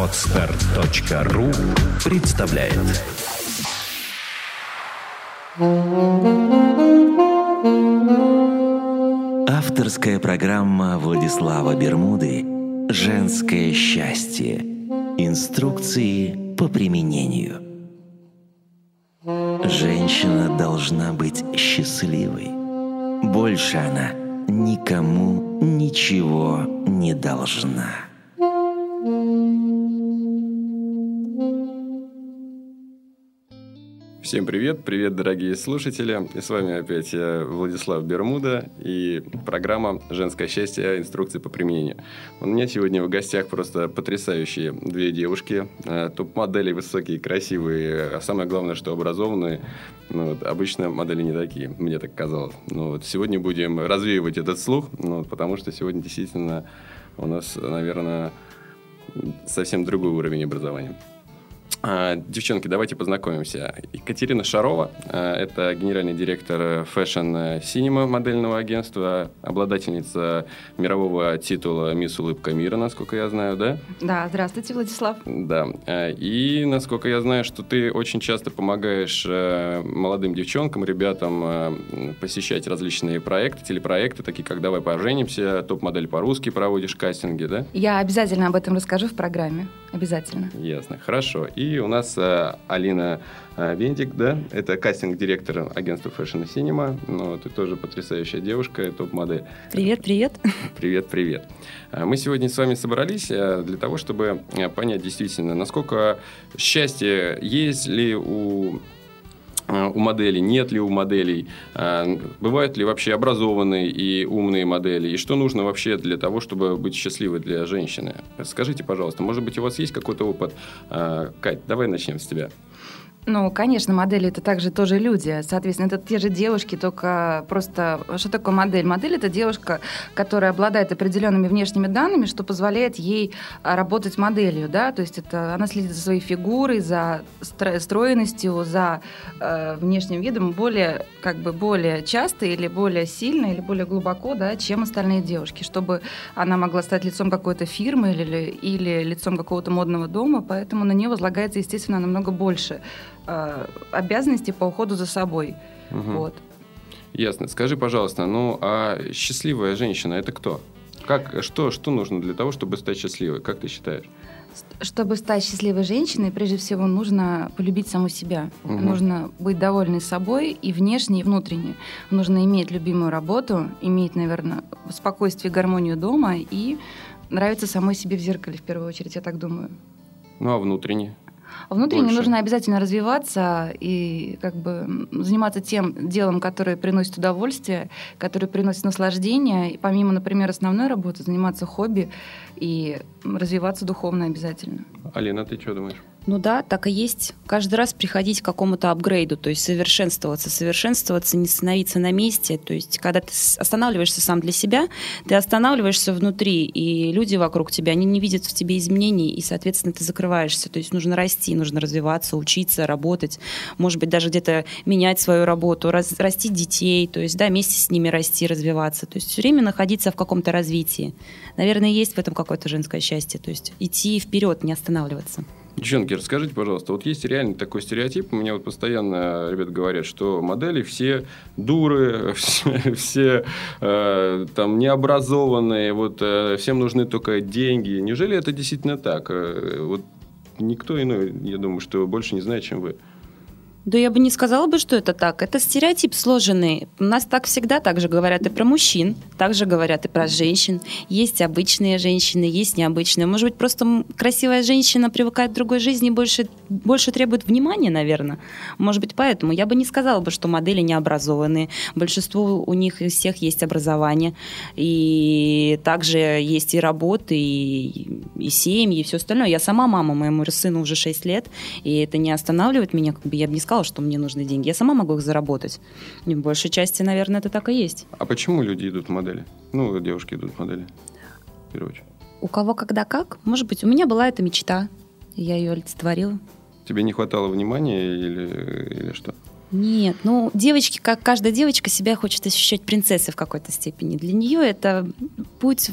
Podster.ru представляет. Авторская программа Владислава Бермуды «Женское счастье. Инструкции по применению». Женщина должна быть счастливой. Больше она никому ничего не должна. Всем привет, дорогие слушатели. И с вами опять я, Владислав Бермуда, и программа «Женское счастье. Инструкции по применению». У меня сегодня в гостях просто потрясающие две девушки, топ-модели, высокие, красивые, а самое главное, что образованные. Обычно модели не такие, мне так казалось. Сегодня будем развеивать этот слух, потому что сегодня действительно у нас, наверное, совсем другой уровень образования. Девчонки, давайте познакомимся. Екатерина Шарова, это генеральный директор Fashion Cinema модельного агентства, обладательница мирового титула «Мисс Улыбка мира», насколько я знаю, да? Да, здравствуйте, Владислав. Да, и насколько я знаю, что ты очень часто помогаешь молодым девчонкам, ребятам посещать различные проекты, телепроекты, такие как «Давай поженимся», «Топ-модель по-русски», проводишь кастинги, да? Я обязательно об этом расскажу в программе, обязательно. Ясно, хорошо. И у нас Алина Вендик, да, это кастинг-директор агентства Fashion Cinema. Ты тоже потрясающая девушка, топ-модель. Привет. Привет. Мы сегодня с вами собрались для того, чтобы понять действительно, насколько счастье есть ли у моделей, нет ли у моделей, бывают ли вообще образованные и умные модели, и что нужно вообще для того, чтобы быть счастливой для женщины. Скажите, пожалуйста, может быть, у вас есть какой-то опыт? Кать, давай начнем с тебя. Конечно, модели – это также тоже люди. Соответственно, это те же девушки, только просто… Что такое модель? Модель – это девушка, которая обладает определенными внешними данными, что позволяет ей работать моделью, да? То есть она следит за своей фигурой, за стройностью, за внешним видом более часто или более сильно, или более глубоко, да, чем остальные девушки, чтобы она могла стать лицом какой-то фирмы или лицом какого-то модного дома, поэтому на нее возлагается, естественно, намного больше обязанности по уходу за собой. Угу. Ясно. Скажи, пожалуйста, а счастливая женщина – это кто? Что нужно для того, чтобы стать счастливой? Как ты считаешь? Чтобы стать счастливой женщиной, прежде всего нужно полюбить саму себя. Угу. Нужно быть довольной собой и внешне, и внутренне. Нужно иметь любимую работу, иметь, наверное, спокойствие и гармонию дома и нравиться самой себе в зеркале, в первую очередь, я так думаю. А внутренне? Внутренне Больше. нужно обязательно развиваться и заниматься тем делом, которое приносит удовольствие, которое приносит наслаждение. И помимо, например, основной работы, заниматься хобби и развиваться духовно обязательно. Алина, ты что думаешь? Да, так и есть. Каждый раз приходить к какому-то апгрейду, то есть совершенствоваться, не становиться на месте. То есть когда ты останавливаешься сам для себя, ты останавливаешься внутри, и люди вокруг тебя, они не видят в тебе изменений, и, соответственно, ты закрываешься. То есть нужно расти, нужно развиваться, учиться, работать, может быть, даже где-то менять свою работу, растить детей, то есть, вместе с ними расти, развиваться. То есть все время находиться в каком-то развитии. Наверное, есть в этом какое-то женское счастье, то есть идти вперед, не останавливаться. Девчонки, расскажите, пожалуйста, есть реально такой стереотип, мне постоянно ребята говорят, что модели все дуры, все необразованные, всем нужны только деньги. Неужели это действительно так? Никто иной, я думаю, что больше не знает, чем вы. Да я бы не сказала, что это так. Это стереотип сложенный. У нас так всегда так же говорят и про мужчин, так же говорят и про женщин. Есть обычные женщины, есть необычные. Может быть, просто красивая женщина привыкает к другой жизни и больше требует внимания, наверное. Может быть, поэтому. Я бы не сказала, что модели необразованные. Большинство у них из всех есть образование. И также есть и работы, и семьи, и все остальное. Я сама мама, моему сыну уже 6 лет, и это не останавливает меня. Я бы не сказала, что мне нужны деньги. Я сама могу их заработать. И в большей части, наверное, это так и есть. А почему люди идут в модели? Девушки идут в модели, в первую очередь. У кого, когда, как? Может быть, у меня была эта мечта. Я ее олицетворила. Тебе не хватало внимания или что? Нет, девочки, каждая девочка себя хочет ощущать принцессой в какой-то степени. Для нее это путь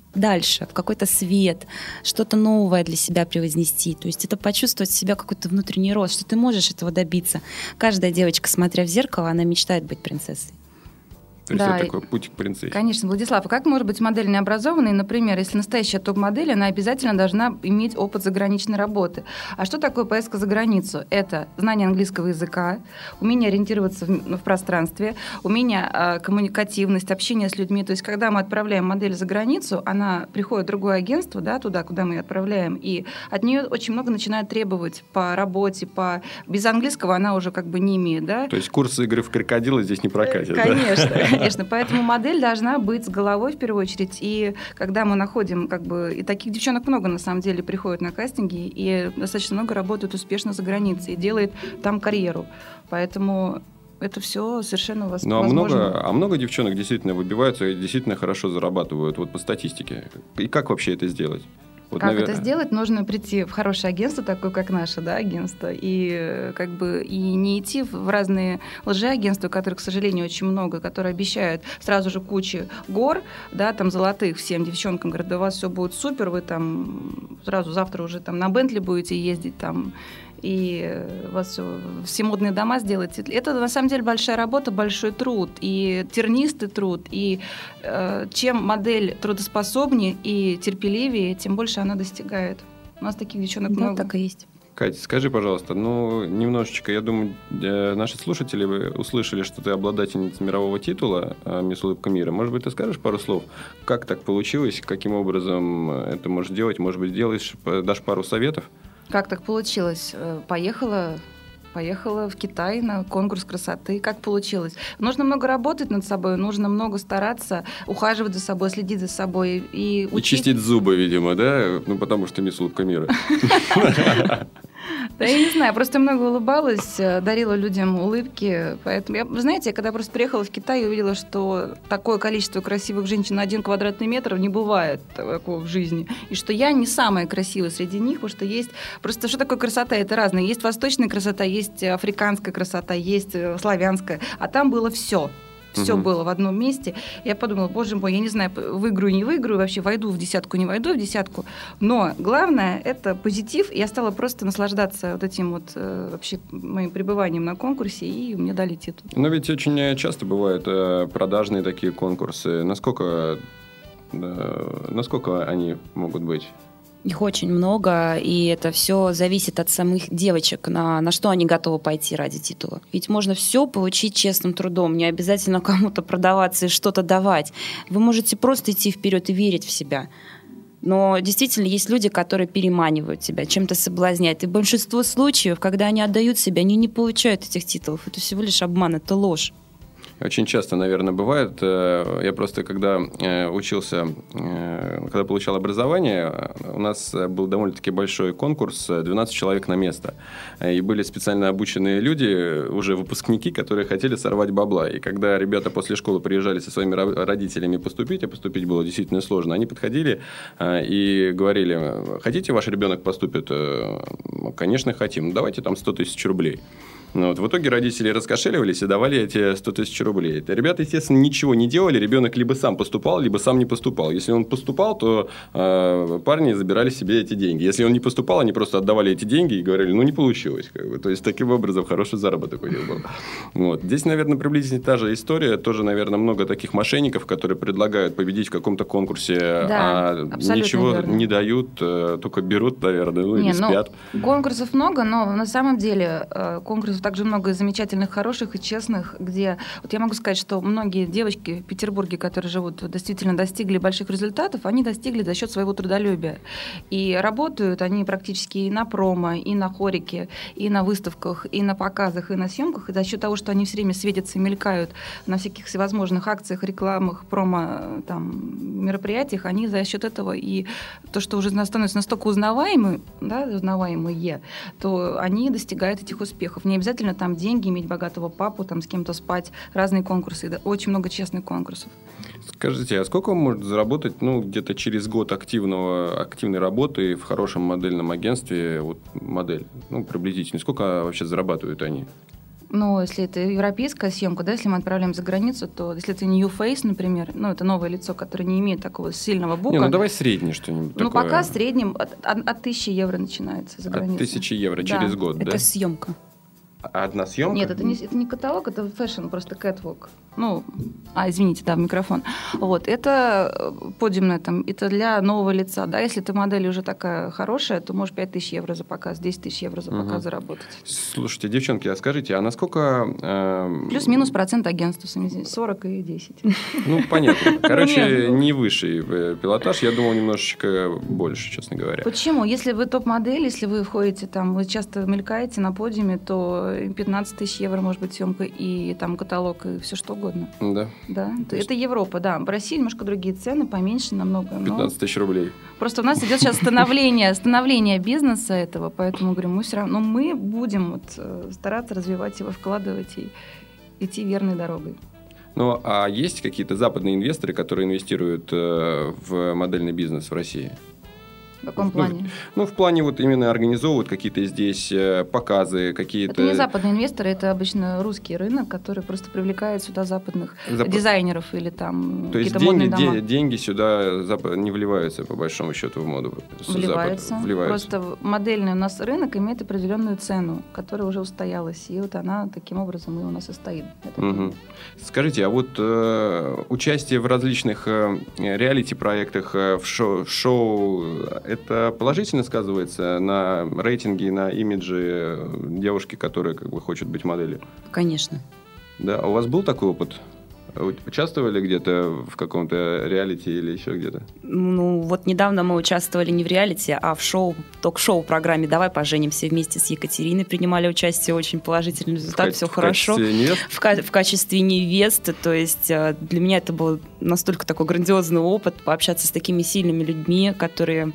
дальше, в какой-то свет, что-то новое для себя превознести. То есть это почувствовать в себя какой-то внутренний рост, что ты можешь этого добиться. Каждая девочка, смотря в зеркало, она мечтает быть принцессой. То есть это такой путь к принцессе. Конечно, Владислав, а как может быть модель необразованной? Например, если настоящая топ-модель, она обязательно должна иметь опыт заграничной работы. А что такое поездка за границу? Это знание английского языка, умение ориентироваться в пространстве, умение коммуникативность, общение с людьми. То есть, когда мы отправляем модель за границу, она приходит в другое агентство, да, туда, куда мы ее отправляем, и от нее очень много начинают требовать по работе, без английского она уже как бы не имеет. Да? То есть курсы игры в крокодила здесь не прокатят. Конечно. Конечно, поэтому модель должна быть с головой в первую очередь. И когда мы находим, и таких девчонок много на самом деле приходят на кастинги, и достаточно много работают успешно за границей, и делает там карьеру. Поэтому это все совершенно возможно. А много девчонок действительно выбиваются и действительно хорошо зарабатывают, вот по статистике. И как вообще это сделать? Это сделать? Нужно прийти в хорошее агентство, такое как наше, да, агентство, и не идти в разные лжеагентства, которых, к сожалению, очень много, которые обещают сразу же кучу гор, да, там золотых всем девчонкам, говорят, да у вас все будет супер, вы там сразу завтра уже там на Бентли будете ездить там, и у вас все модные дома сделаете. Это, на самом деле, большая работа, большой труд, и тернистый труд. И чем модель трудоспособнее и терпеливее, тем больше она достигает. У нас таких девчонок много. Да, так и есть. Катя, скажи, пожалуйста, немножечко, я думаю, наши слушатели услышали, что ты обладательница мирового титула «Мисс Улыбка мира». Может быть, ты скажешь пару слов, как так получилось, каким образом это можешь делать? Может быть, дашь пару советов? Как так получилось? Поехала в Китай на конкурс красоты. Как получилось? Нужно много работать над собой, нужно много стараться, ухаживать за собой, следить за собой. И чистить зубы, видимо, да? Потому что «Мисс Улыбка мира». Да я не знаю, просто много улыбалась, дарила людям улыбки. Поэтому, знаете, я когда просто приехала в Китай, увидела, что такое количество красивых женщин на 1 квадратный метр не бывает такого в жизни. И что я не самая красивая среди них, потому что есть... Просто что такое красота? Это разное. Есть восточная красота, есть африканская красота, есть славянская. А там было все. Все было в одном месте. Я подумала, боже мой, я не знаю, выиграю, не выиграю, вообще войду в десятку, не войду в десятку. Но главное – это позитив. Я стала просто наслаждаться вот этим вот вообще моим пребыванием на конкурсе, и мне дали титул. Но ведь очень часто бывают продажные такие конкурсы. Насколько они могут быть? Их очень много, и это все зависит от самих девочек, на что они готовы пойти ради титула. Ведь можно все получить честным трудом, не обязательно кому-то продаваться и что-то давать. Вы можете просто идти вперед и верить в себя. Но действительно есть люди, которые переманивают тебя, чем-то соблазняют. И большинство случаев, когда они отдают себя, они не получают этих титулов. Это всего лишь обман, это ложь. Очень часто, наверное, бывает. Я просто, когда учился, когда получал образование, у нас был довольно-таки большой конкурс, 12 человек на место. И были специально обученные люди, уже выпускники, которые хотели сорвать бабла. И когда ребята после школы приезжали со своими родителями поступить, а поступить было действительно сложно, они подходили и говорили: хотите, ваш ребенок поступит? Конечно, хотим. Давайте там 100 тысяч рублей. В итоге родители раскошеливались и давали эти 100 тысяч рублей. Ребята, естественно, ничего не делали. Ребенок либо сам поступал, либо сам не поступал. Если он поступал, то парни забирали себе эти деньги. Если он не поступал, они просто отдавали эти деньги и говорили: не получилось. То есть, таким образом, хороший заработок у них был. Здесь, наверное, приблизительно та же история. Тоже, наверное, много таких мошенников, которые предлагают победить в каком-то конкурсе, а ничего верно. Не дают, только берут, наверное, или спят. Конкурсов много, но на самом деле конкурсов также много замечательных, хороших и честных, где... Вот я могу сказать, что многие девочки в Петербурге, которые живут, действительно достигли больших результатов, они достигли за счет своего трудолюбия. И работают они практически и на промо, и на хорике, и на выставках, и на показах, и на съемках. И за счет того, что они все время светятся и мелькают на всяких всевозможных акциях, рекламах, промо, мероприятиях, они за счет этого и то, что уже становятся настолько узнаваемые, то они достигают этих успехов. Не обязательно там деньги, иметь богатого папу, с кем-то спать, разные конкурсы, очень много честных конкурсов. Скажите, а сколько может заработать, где-то через год активной работы в хорошем модельном агентстве, модель, приблизительно, сколько вообще зарабатывают они? Ну, если это европейская съемка, да, если мы отправляем за границу, то если это New Face, например, ну, это новое лицо, которое не имеет такого сильного бука. Не, ну давай средний что-нибудь Ну, такое. пока в среднем от 1000 евро начинается за границей. От 1000 евро через год, да? Это съемка. Одна съемка? Нет, это не каталог, это фэшн, просто кэтвок. Ну, извините, да, в микрофон. Вот, это подиумная, там, это для нового лица, да, если ты модель уже такая хорошая, то можешь 5000 евро за показ, 10 тысяч евро за показ заработать. Слушайте, девчонки, а скажите, а насколько... Плюс-минус процент агентства, 40 и 10. Ну, понятно. Короче, не высший пилотаж, я думал, немножечко больше, честно говоря. Почему? Если вы топ-модель, если вы входите там, вы часто мелькаете на подиуме, то 15 тысяч евро может быть съемка и там каталог, и все что угодно. Да. Да, это Европа, да. В России немножко другие цены, поменьше намного. 15 тысяч рублей. Просто у нас идет сейчас становление бизнеса этого, поэтому, говорю, мы все равно, мы будем стараться развивать его, вкладывать и идти верной дорогой. Ну, а есть какие-то западные инвесторы, которые инвестируют в модельный бизнес в России? В каком плане? Ну, в плане вот именно организовывают какие-то здесь показы, какие-то... Это не западные инвесторы, это обычно русский рынок, который просто привлекает сюда западных дизайнеров или там то какие-то модные дома. То есть деньги сюда не вливаются, по большому счету, в моду? Вливаются. Просто модельный у нас рынок имеет определенную цену, которая уже устоялась, и вот она таким образом и у нас и стоит. Угу. Скажите, а вот участие в различных реалити-проектах, в шоу это положительно сказывается на рейтинге, на имидже девушки, которая как бы хочет быть моделью? Конечно. Да, а у вас был такой опыт? Участвовали где-то в каком-то реалити или еще где-то? Ну, вот недавно мы участвовали не в реалити, а в шоу, ток-шоу программе «Давай поженимся» вместе с Екатериной. Принимали участие, очень положительный результат, все хорошо. В качестве невесты. То есть для меня это был настолько такой грандиозный опыт, пообщаться с такими сильными людьми, которые...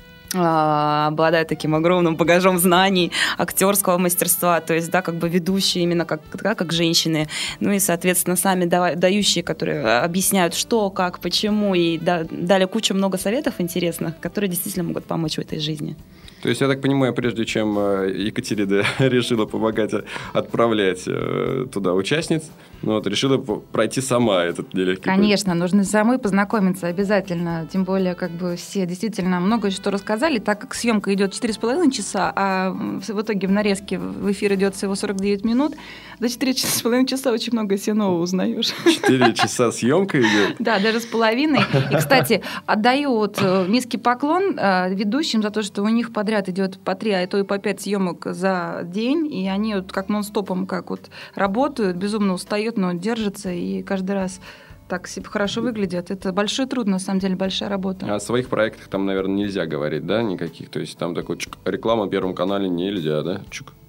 обладают таким огромным багажом знаний, актерского мастерства, то есть, да, как бы ведущие именно как женщины, ну и, соответственно, сами дающие, которые объясняют, что, как, почему, и дали кучу много советов интересных, которые действительно могут помочь в этой жизни. То есть, я так понимаю, прежде чем Екатерина решила помогать отправлять туда участниц, решила пройти сама этот нелегкий путь. Конечно, нужно самой познакомиться обязательно. Тем более, как бы все действительно много что рассказали, так как съемка идет 4,5 часа, а в итоге в нарезке в эфир идет всего 49 минут, за 4,5 часа очень много себе нового узнаешь. 4 часа съемка идет? Да, даже с половиной. И, кстати, отдаю низкий поклон ведущим за то, что у них подряд идет по 3, а то и по 5 съемок за день, и они как нон-стопом работают, безумно устают, но держатся, и каждый раз так хорошо выглядят. Это большой труд, на самом деле, большая работа. А о своих проектах там, наверное, нельзя говорить, да, никаких? То есть там такой реклама на Первом канале нельзя, да?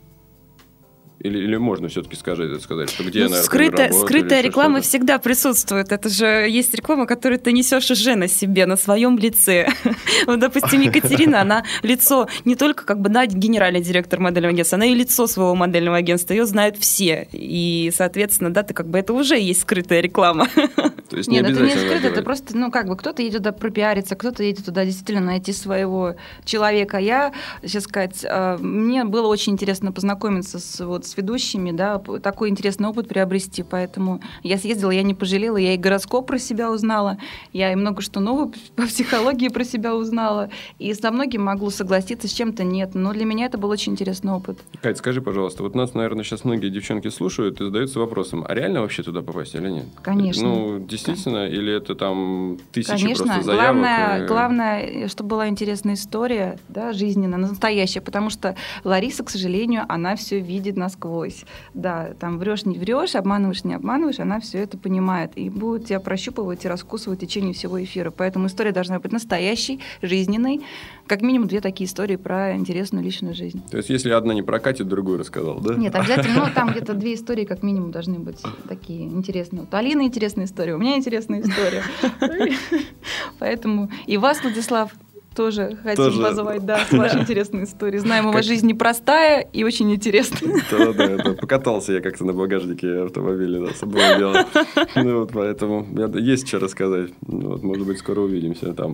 Или можно все-таки сказать, что где, наверное, скрытая реклама всегда присутствует. Это же есть реклама, которую ты несешь уже на себе, на своем лице. Вот, допустим, Екатерина, она лицо не только генеральный директор модельного агентства, она и лицо своего модельного агентства, ее знают все. И, соответственно, да, это уже есть скрытая реклама. То есть Нет, это не скрыто, это просто, кто-то едет туда пропиариться, кто-то едет туда действительно найти своего человека. Я, сейчас сказать, мне было очень интересно познакомиться с ведущими, да, такой интересный опыт приобрести, поэтому я съездила, я не пожалела, я и гороскоп про себя узнала, я и много что нового по психологии про себя узнала, и со многим могу согласиться, с чем-то нет, но для меня это был очень интересный опыт. Кать, скажи, пожалуйста, вот нас, наверное, сейчас многие девчонки слушают и задаются вопросом, а реально вообще туда попасть или нет? Конечно. Действительно, или это там тысячи Конечно. просто заявок? Главное, чтобы была интересная история, да, жизненная, настоящая, потому что Лариса, к сожалению, она все видит насквозь. Да, там врешь, не врешь, обманываешь, не обманываешь, она все это понимает и будет тебя прощупывать и раскусывать в течение всего эфира. Поэтому история должна быть настоящей, жизненной. Как минимум 2 такие истории про интересную личную жизнь. То есть, если одна не прокатит, другую рассказал, да? Нет, обязательно, там где-то 2 истории как минимум должны быть такие интересные. Вот Алина интересная история, у меня интересная история. Поэтому и вас, Владислав, тоже хотим позвать, да, с вашей интересной историей. Знаем, у вас жизнь непростая и очень интересная. Да. Покатался я как-то на багажнике автомобиля, да, с собой делал. Ну, вот поэтому есть что рассказать. Вот, может быть, скоро увидимся там,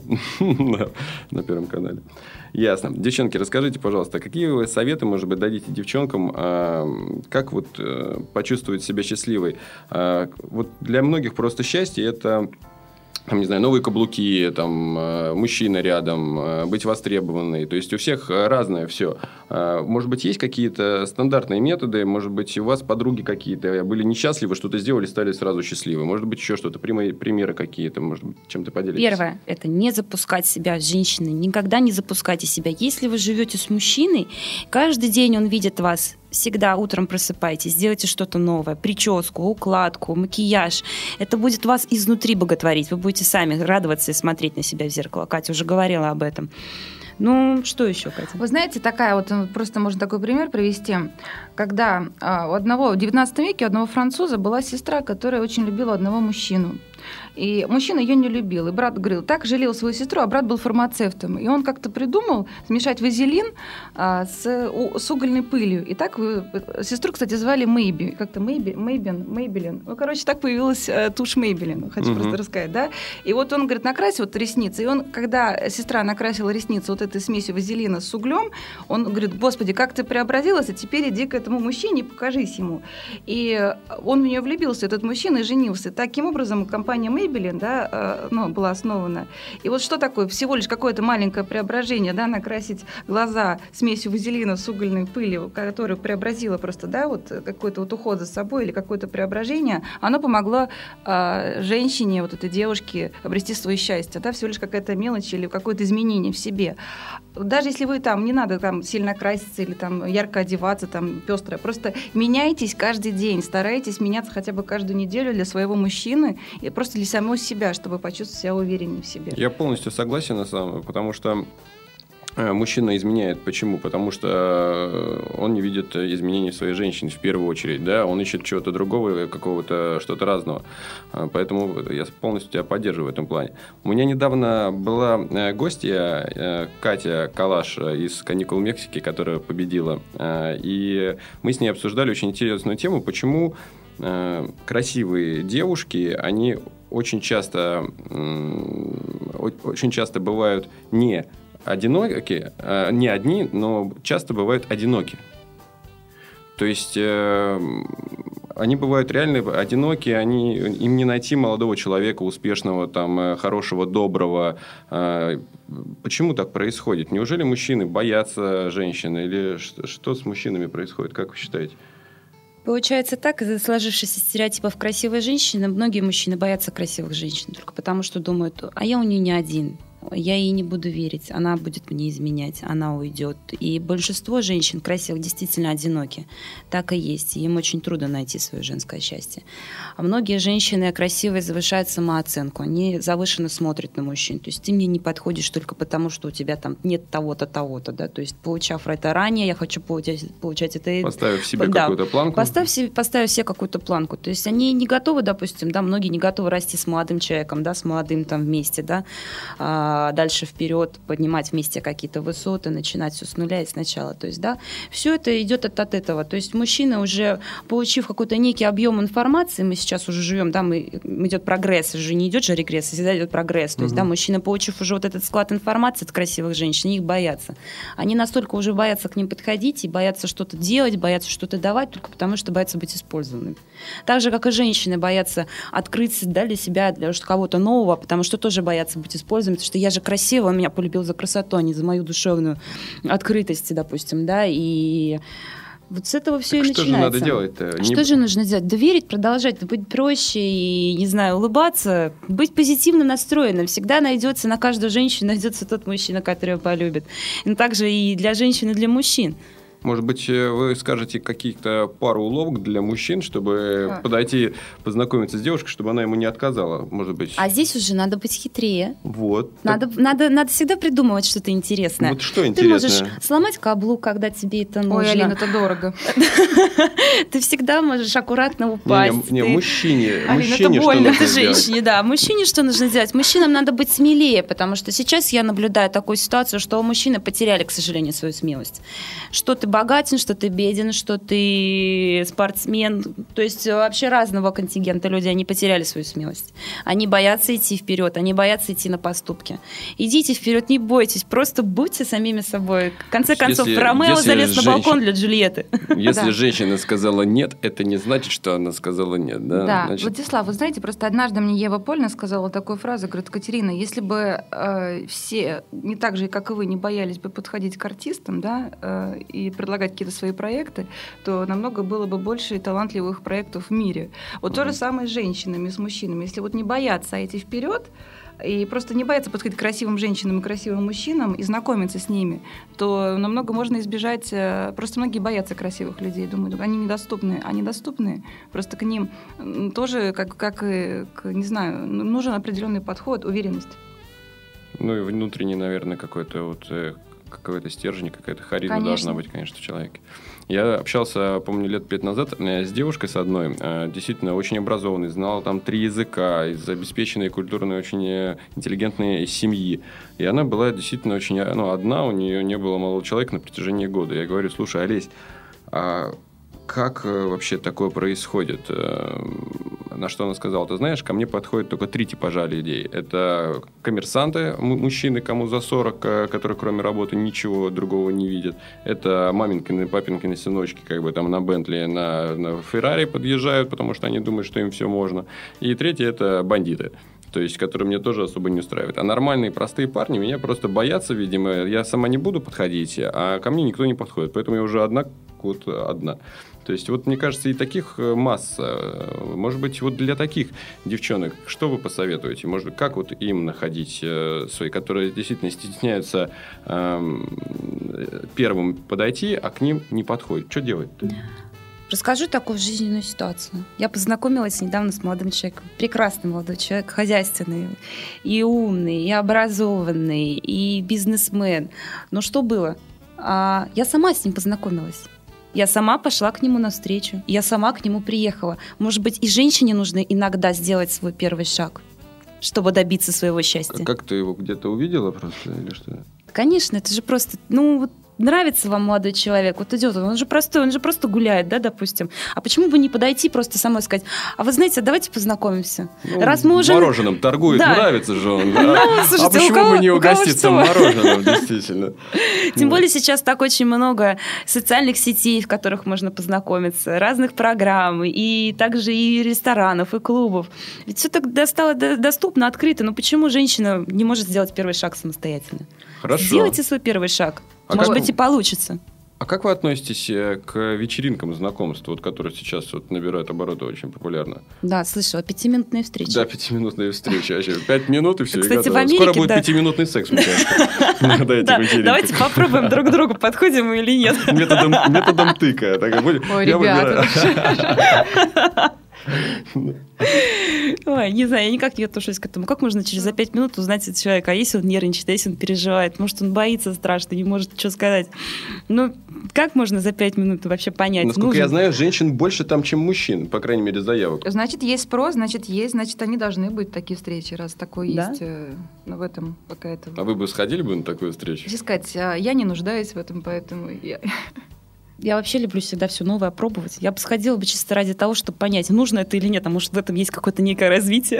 на Первом канале. Ясно. Девчонки, расскажите, пожалуйста, какие вы советы, может быть, дадите девчонкам, как вот почувствовать себя счастливой? Вот для многих просто счастье – это... Там, не знаю, новые каблуки, там, мужчина рядом, быть востребованной. То есть, у всех разное все. Может быть, есть какие-то стандартные методы? Может быть, у вас подруги какие-то были несчастливы, что-то сделали, стали сразу счастливы? Может быть, еще что-то? Примеры какие-то? Может быть, чем-то поделитесь? Первое – это не запускать себя с женщиной. Никогда не запускайте себя. Если вы живете с мужчиной, каждый день он видит вас. Всегда утром просыпайтесь, делайте что-то новое, прическу, укладку, макияж. Это будет вас изнутри боготворить. Вы будете сами радоваться и смотреть на себя в зеркало. Катя уже говорила об этом. Ну, что еще, Катя? Вы знаете, такая вот, просто можно такой пример привести. Когда в 19 веке у одного француза была сестра, которая очень любила одного мужчину. И мужчина ее не любил. И брат говорил, так жалел свою сестру, а брат был фармацевтом. И он как-то придумал смешать вазелин с угольной пылью. И так сестру, кстати, звали Мэйби. Как-то Мэйбелин. Ну, короче, так появилась тушь Мэйбелин. Хочу просто рассказать, да? И вот он, говорит, накрасил вот ресницы. И он, когда сестра накрасила ресницы вот этой смесью вазелина с углем, он говорит, господи, как ты преобразилась, а теперь иди к этому мужчине и покажись ему. И он в нее влюбился, этот мужчина, и женился. Таким образом, компания Мэйбелин, да, была основана. И вот что такое? Всего лишь какое-то маленькое преображение, да, накрасить глаза смесью вазелина с угольной пылью, которая преобразила просто, да, вот какой-то вот уход за собой или какое-то преображение, оно помогло женщине, вот этой девушке обрести свое счастье, да, всего лишь какая-то мелочь или какое-то изменение в себе. Даже если вы там, не надо там сильно краситься или там ярко одеваться, там пестро, просто меняйтесь каждый день, старайтесь меняться хотя бы каждую неделю для своего мужчины и просто для самого себя, чтобы почувствовать себя увереннее в себе. Я полностью согласен, на самом деле, потому что мужчина изменяет. Почему? Потому что он не видит изменений в своей женщине в первую очередь, да, он ищет чего-то другого, какого-то, что-то разного. Поэтому я полностью тебя поддерживаю в этом плане. У меня недавно была гостья Катя Калаш из «Каникул в Мексике», которая победила. И мы с ней обсуждали очень интересную тему, почему красивые девушки, они очень часто бывают не одиноки, не одни, но часто бывают одиноки. То есть они бывают реально одиноки, им не найти молодого человека, успешного, там, хорошего, доброго. Почему так происходит? Неужели мужчины боятся женщин? Или что с мужчинами происходит? Как вы считаете? Получается так, из-за сложившихся стереотипов красивой женщины, многие мужчины боятся красивых женщин только потому, что думают, а я у нее не один. Я ей не буду верить, она будет мне изменять, она уйдет. И большинство женщин красивых действительно одиноки. Так и есть. И им очень трудно найти свое женское счастье. А многие женщины красивые завышают самооценку. Они завышенно смотрят на мужчин. То есть ты мне не подходишь только потому, что у тебя там нет того-то, того-то. Да? То есть получав это ранее, я хочу получать это. Поставив себе какую-то планку. Поставив себе какую-то планку. То есть они не готовы, допустим, да, многие не готовы расти с молодым человеком, да, с молодым там вместе, да, дальше вперед, поднимать вместе какие-то высоты, начинать все с нуля и сначала. То есть, да, все это идет от этого. То есть мужчина, уже получив какой-то некий объем информации, мы сейчас уже живем, да, идет прогресс, уже не идет же регресс, а всегда идет прогресс. То есть, да, мужчина, получив уже вот этот склад информации от красивых женщин, их боятся. Они настолько уже боятся к ним подходить и боятся что-то делать, боятся что-то давать, только потому что боятся быть использованными. Так же, как и женщины боятся открыться, да, для себя, для кого-то нового, потому что тоже боятся быть использованными, потому что я же красивая, он меня полюбил за красоту, а не за мою душевную открытость, допустим, да, и вот с этого все так и что начинается. Что же надо делать-то? Что же нужно делать? Доверить, продолжать, быть проще и, не знаю, улыбаться, быть позитивно настроенным. Всегда найдется, на каждую женщину найдется тот мужчина, который его полюбит. Но также и для женщин, и для мужчин. Может быть, вы скажете каких-то пару уловок для мужчин, чтобы подойти, познакомиться с девушкой, чтобы она ему не отказала, может быть. А здесь уже надо быть хитрее. Вот. Надо всегда придумывать что-то интересное. Вот что Ты интересное? можешь сломать каблук, когда тебе это нужно. Ой, Алина, это дорого. Ты всегда можешь аккуратно упасть. Не, мужчине Алина, что это больно. нужно Это сделать? женщине, да. Мужчине что нужно сделать? Мужчинам надо быть смелее, потому что сейчас я наблюдаю такую ситуацию, что мужчины потеряли, к сожалению, свою смелость. Что ты богатен, что ты беден, что ты спортсмен. То есть вообще разного контингента люди, они потеряли свою смелость. Они боятся идти вперед, они боятся идти на поступки. Идите вперед, не бойтесь, просто будьте самими собой. В конце концов, Ромео залез на балкон для Джульетты. Если женщина сказала нет, это не значит, что она сказала нет, да? Да, Значит, Владислав, вы знаете, просто однажды мне Ева Польна сказала такую фразу, говорит: Катерина, если бы все не так же, как и вы, не боялись бы подходить к артистам, да, и предлагать какие-то свои проекты, то намного было бы больше талантливых проектов в мире. Вот то же самое с женщинами, с мужчинами. Если вот не бояться идти вперед, и просто не бояться подходить к красивым женщинам и красивым мужчинам и знакомиться с ними, то намного можно избежать... Просто многие боятся красивых людей, думают, они недоступны. Они доступны, просто к ним тоже, как и, не знаю, нужен определенный подход, уверенность. ну и внутренний, наверное, какой-то стержень, какая-то харизма должна быть, конечно, в человеке. Я общался, помню, лет 5 назад с девушкой с одной, действительно очень образованной, знала там 3 языка, из обеспеченной, культурной, очень интеллигентной семьи. И она была действительно очень одна, у нее не было молодого человека на протяжении года. Я говорю: слушай, Олесь, а как вообще такое происходит? На что она сказала: ты знаешь, ко мне подходят только 3 типажа людей. Это коммерсанты, мужчины, кому за 40, которые кроме работы ничего другого не видят. Это маменькины, папинкины сыночки, как бы там на Бентли, на Феррари подъезжают, потому что они думают, что им все можно. И 3 это бандиты. То есть, которые мне тоже особо не устраивают. А нормальные, простые парни меня просто боятся, видимо. Я сама не буду подходить, а ко мне никто не подходит. Поэтому я уже одна. То есть, вот мне кажется, и таких масса. Может быть, вот для таких девчонок, что вы посоветуете? Может быть, как вот им находить свои, которые действительно стесняются первым подойти, а к ним не подходит? Что делать-то? Расскажу такую жизненную ситуацию. Я познакомилась недавно с молодым человеком. Прекрасный молодой человек, хозяйственный, и умный, и образованный, и бизнесмен. Но что было? Я сама с ним познакомилась. Я сама пошла к нему навстречу. Я сама к нему приехала. Может быть, и женщине нужно иногда сделать свой первый шаг, чтобы добиться своего счастья. Как ты его где-то увидела просто или что? Конечно, это же просто... Нравится вам молодой человек, вот идет он же простой, он же просто гуляет, да, допустим. А почему бы не подойти просто самой сказать: а вы знаете, давайте познакомимся. Раз мы уже... Мороженым торгует, да. Нравится же он. Да? Слушайте, а почему бы не угоститься мороженым, действительно? Тем более сейчас так очень много социальных сетей, в которых можно познакомиться, разных программ, и также и ресторанов, и клубов. Ведь все так стало доступно, открыто. Но почему женщина не может сделать первый шаг самостоятельно? Хорошо. Сделайте свой первый шаг. Может быть, и получится. А как вы относитесь к вечеринкам знакомств, которые сейчас набирают обороты, очень популярно? Да, слышала, 5-минутные встречи. Да, 5-минутные встречи. 5 минут и все. Кстати, в Америке, скоро будет 5-минутный секс, мне кажется. Давайте попробуем друг к другу, подходим мы или нет. Методом тыка. Ой, ребята. Ой, не знаю, я никак не отношусь к этому. Как можно через 5 минут узнать от человека, а если он нервничает, а если он переживает, может, он боится страшно, не может ничего сказать. Как можно за 5 минут вообще понять? Насколько я знаю, женщин больше там, чем мужчин, по крайней мере, заявок. Значит, есть спрос, значит, они должны быть, такие встречи, раз такое есть в этом какая-то... А вы бы сходили бы на такую встречу? Хочу сказать, я не нуждаюсь в этом, поэтому... Я вообще люблю всегда все новое пробовать. Я бы сходила бы чисто ради того, чтобы понять, нужно это или нет, а может, в этом есть какое-то некое развитие.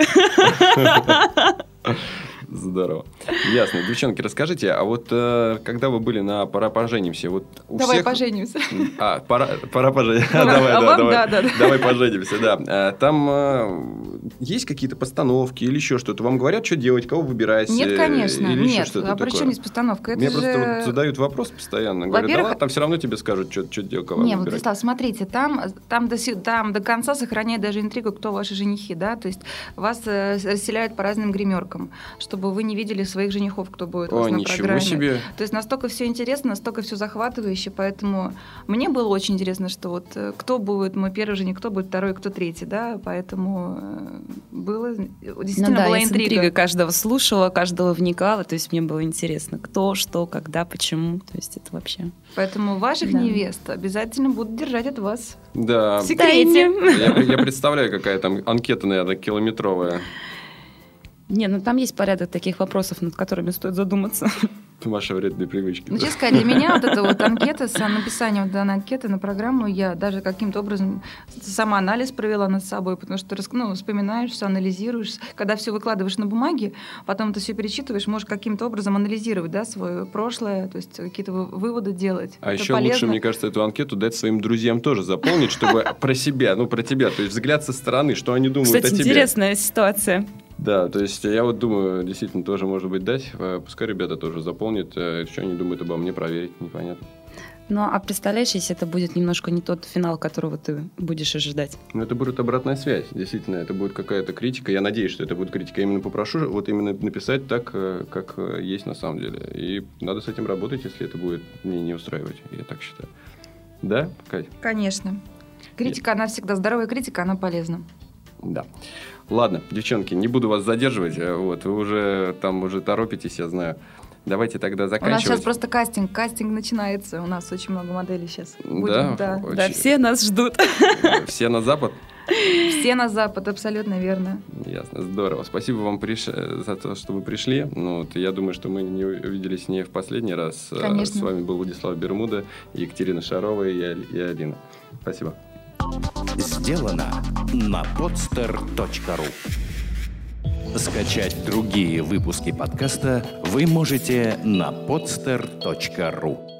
Здорово. Ясно. Девчонки, расскажите, а вот когда вы были на «Пора поженимся», Давай поженимся. Пора поженимся. Давай поженимся, да. Там есть какие-то постановки или еще что-то? Вам говорят, что делать, кого выбирать? Нет, конечно, нет. А при чем здесь постановка? Мне просто задают вопрос постоянно. Говорят, да ладно, там все равно тебе скажут, что делать, кого выбирать. Нет, Владислав, смотрите, там до конца сохраняет даже интригу, кто ваши женихи, да? То есть вас расселяют по разным гримеркам, чтобы чтобы вы не видели своих женихов, кто будет у вас на программе. Себе. То есть настолько все интересно, настолько все захватывающе, поэтому мне было очень интересно, что вот кто будет мой первый жених, кто будет второй, кто третий, да, поэтому было действительно была интрига. Я каждого слушала, каждого вникала, то есть мне было интересно, кто, что, когда, почему, то есть это вообще... Поэтому ваших невест обязательно будут держать от вас в секрете. Я представляю, какая там анкета, наверное, километровая. Не, ну там есть порядок таких вопросов, над которыми стоит задуматься. Ваши вредные привычки. Ну, честно сказать, для меня вот эта вот анкета, с написанием данной анкеты на программу, я даже каким-то образом самоанализ провела над собой, потому что вспоминаешь все, анализируешь. Когда все выкладываешь на бумаге, потом ты все перечитываешь, можешь каким-то образом анализировать, да, свое прошлое, то есть какие-то выводы делать. А это еще полезно. лучше, мне кажется, эту анкету дать своим друзьям тоже заполнить, чтобы про себя, про тебя, то есть взгляд со стороны, что они думают о тебе. Кстати, интересная ситуация. Да, то есть я вот думаю, действительно, тоже может быть дать. Пускай ребята тоже заполнят, что они думают обо мне, проверить, непонятно. Ну, а представляешь, если это будет немножко не тот финал, которого ты будешь ожидать? Ну, это будет обратная связь, действительно, это будет какая-то критика. Я надеюсь, что это будет критика. Я именно попрошу вот именно написать так, как есть на самом деле. И надо с этим работать, если это будет не устраивать, я так считаю. Да, Кать? Конечно. Критика, она всегда, здоровая критика, она полезна. Да. Ладно, девчонки, не буду вас задерживать. Вот, вы уже торопитесь, я знаю. Давайте тогда заканчивать. У нас сейчас просто кастинг начинается. У нас очень много моделей сейчас. Да? Да, все нас ждут. Все на запад? Все на запад, абсолютно верно. Ясно, здорово. Спасибо вам за то, что вы пришли. Я думаю, что мы не увиделись не в последний раз. Конечно. С вами был Владислав Бермуда, Екатерина Шарова и Алина. Спасибо. Сделано на podster.ru. Скачать другие выпуски подкаста вы можете на podster.ru.